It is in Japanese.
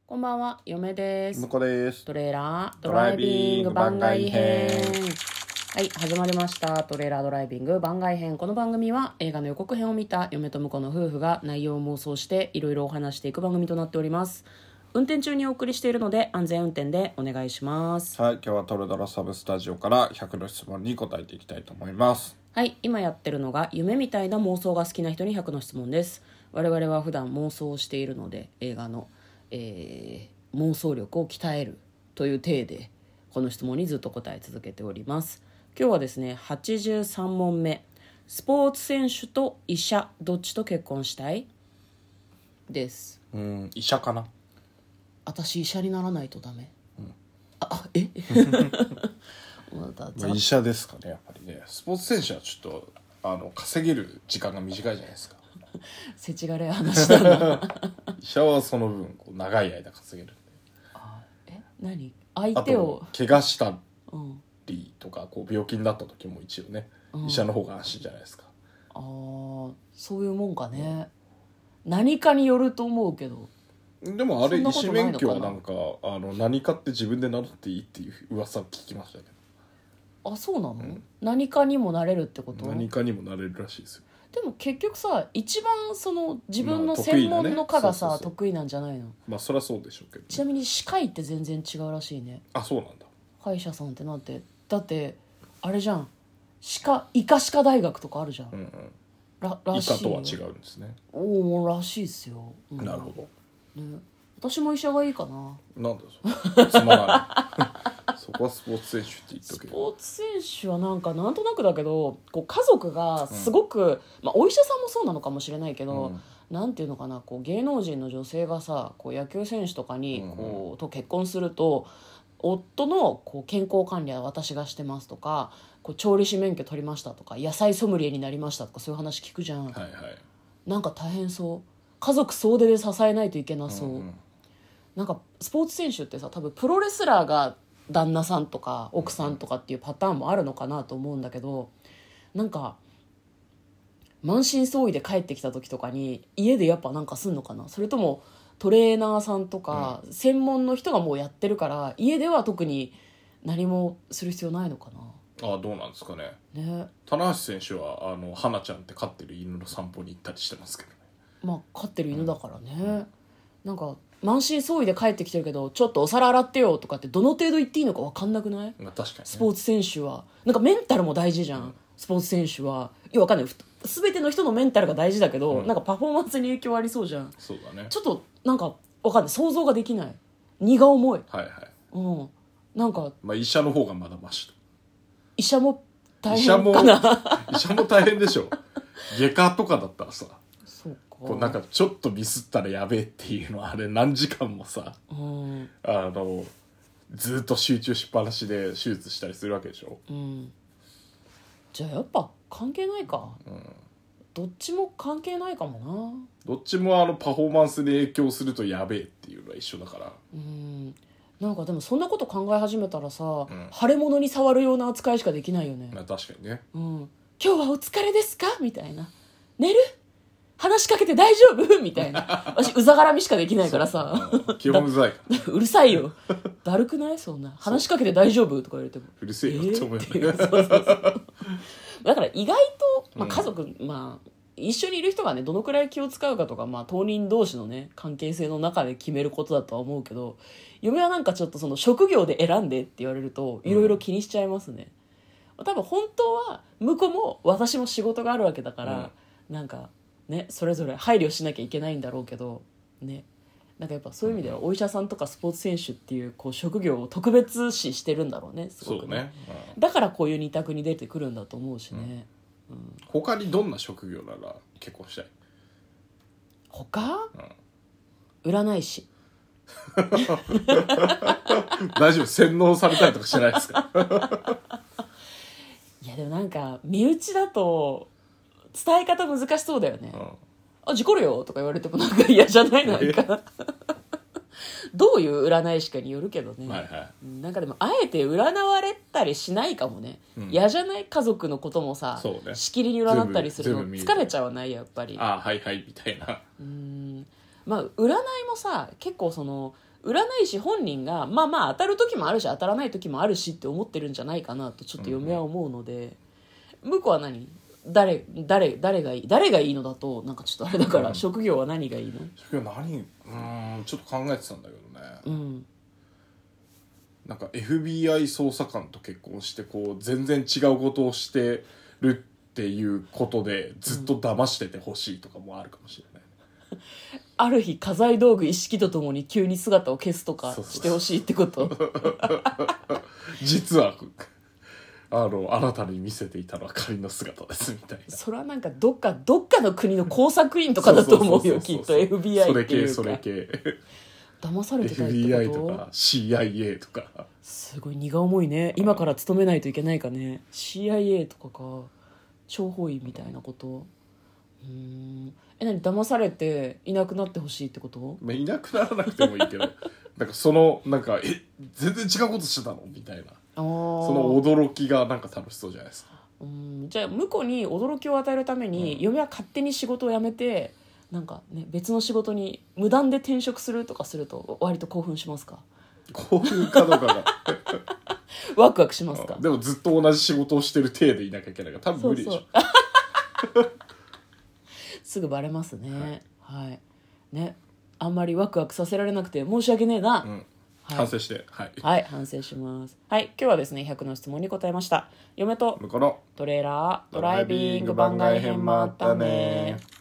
こんばんは、嫁です。 向こうです。 トレーラードライビング番外編。はい、始まりました。トレーラードライビング番外編。この番組は映画の予告編を見た嫁と婿の夫婦が内容を妄想していろいろお話していく番組となっております。運転中にお送りしているので安全運転でお願いします。 はい、今日はトレドラサブスタジオから100の質問に答えていきたいと思います。 はい、今やってるのが夢みたいな妄想が好きな人に100の質問です。我々は普段妄想をしているので映画の妄想力を鍛えるという体でこの質問にずっと答え続けております。今日はですね、83問目。スポーツ選手と医者どっちと結婚したいです。 医者かな。 私医者にならないとダメ、 まあ、医者ですかね。やっぱりね、スポーツ選手はちょっと稼げる時間が短いじゃないですか。 せちがれ話だな医者はその分こう長い間稼げるんで。 何相あ手をと怪我したうんりとかこう病気になった時も一応ね、医者の方が安心じゃないですか。 そういうもんかね、何かによると思うけど。 でもあれ医師そんなことないのかな免許はなんか何かって自分で名乗っていいっていう噂聞きましたけど。 そうなの、何かにもなれるってこと？ 何かにもなれるらしいですよ。 でも結局さ、一番その自分のまあ専門の科がさ、 得意なねそうそうそう得意なんじゃないの？ まあそりゃそうでしょうけどね、 ちなみに歯科医って全然違うらしいね。 あ、そうなんだ。 歯医者さんってなんて、だってあれじゃん、医科歯科大学とかあるじゃん、らしいよ。 医科とは違うんですね。 もうらしいっすよ、 なるほど。 ね、私も医者がいいかな。 なんだそれつまらないそこはスポーツ選手って言っとけよ。 スポーツ選手はなんとなくだけど、こう家族がすごく、お医者さんもそうなのかもしれないけど、なんていうのかな、こう芸能人の女性がさ、こう野球選手とかにと結婚すると、夫のこう健康管理は私がしてますとか、こう調理師免許取りましたとか、野菜ソムリエになりましたとか、そういう話聞くじゃん、 はいはい。 なんか大変そう。家族総出で支えないといけなそう、なんかスポーツ選手ってさ、多分プロレスラーが旦那さんとか奥さんとかっていうパターンもあるのかなと思うんだけど、なんか満身創痍で帰ってきた時とかに家でやっぱなんかすんのかな、それともトレーナーさんとか専門の人がもうやってるから家では特に何もする必要ないのかどうなんですかね。 なね。 棚橋選手は花ちゃんって飼ってる犬の散歩に行ったりしてますけどね。 飼ってる犬だからね、なんか満身創痍で帰ってきてるけどちょっとお皿洗ってよとかってどの程度言っていいのか分かんなくない？ まあ確かにね。 スポーツ選手はなんかメンタルも大事じゃん、スポーツ選手は。いや分かんない、全ての人のメンタルが大事だけど、なんかパフォーマンスに影響ありそうじゃん。 そうだね。 ちょっとなんか分かんない、想像ができない。荷が重い。 はいはい。 なんかまあ医者の方がまだマシと。 医者も大変かな医者も大変でしょ。外科とかだったらさ、 そうか、 こうなんかちょっとミスったらやべえっていうのはあれ何時間もさ、ずっと集中しっぱなしで手術したりするわけでしょ。 じゃあやっぱ関係ないか、どっちも関係ないかもな。 どっちもパフォーマンスに影響するとやべえっていうのは一緒だから。 なんかでもそんなこと考え始めたらさ、腫れ物に触るような扱いしかできないよね。 まあ確かにね。 今日はお疲れですかみたいな。寝る？話しかけて大丈夫みたいな。私うざがらみしかできないからさ。 基本うざいからうるさいよ。だるくない？そんな話しかけて大丈夫とか言われてもうるせえよって思うよね。 そうだから意外と、家族、一緒にいる人がねどのくらい気を使うかとか、当人同士のね関係性の中で決めることだとは思うけど、嫁はなんかちょっとその職業で選んでって言われるといろいろ気にしちゃいますね。多分本当は向こうも私も仕事があるわけだから、なんかねそれぞれ配慮しなきゃいけないんだろうけどね、なんかやっぱそういう意味ではお医者さんとかスポーツ選手っていうこう職業を特別視してるんだろうね、すごくね。 そうね、 だからこういう二択に出てくるんだと思うしね。 他にどんな職業なら結婚したい？ 他、占い師。 大丈夫？洗脳されたりとかしてないですか？ いやでもなんか身内だと伝え方難しそうだよね。事故るよとか言われてもなんか嫌じゃない？なんかどういう占い師かによるけどね、なんかでもあえて占われたりしないかもね。嫌じゃない？家族のこともさ、しきりに占ったりするの疲れちゃわない？やっぱりはいはいみたいな。 占いもさ結構その占い師本人がまあまあ当たる時もあるし当たらない時もあるしって思ってるんじゃないかなとちょっと嫁は思うので、向こうは誰がいいのだとなんかちょっとあれだから、職業は何がいいの？ 職業ちょっと考えてたんだけどね、なんか FBI 捜査官と結婚してこう全然違うことをしてるっていうことでずっと騙しててほしいとかもあるかもしれない、 ある日家財道具一式とともに急に姿を消すとかしてほしいってこと？ 実はあなたに見せていたのは仮の姿ですみたいな。 それはなんかどっかの国の工作員とかだと思うよきっと FBI っていうか。 それ系騙されてたってこと？ FBI とか CIA とか。 すごい荷が重いね。今から勤めないといけないかね。 CIA とかか、諜報員みたいなこと。何騙されていなくなってほしいってこと？ まあ、いなくならなくてもいいけどなんかなんか全然違うことしてたのみたいな、その驚きがなんか楽しそうじゃないですか。 じゃあ向こうに驚きを与えるために、嫁は勝手に仕事を辞めてなんか、ね、別の仕事に無断で転職するとかすると割と興奮しますか？ 興奮かどうかがワクワクしますか？ でもずっと同じ仕事をしてる体でいなきゃいけないから多分無理でしょ。 そうすぐバレますね。はいね、あんまりワクワクさせられなくて申し訳ねえな、はい、 反省して反省します。はい、今日はですね100の質問に答えました。嫁と向こうのトレーラードライビング番外編もあったね。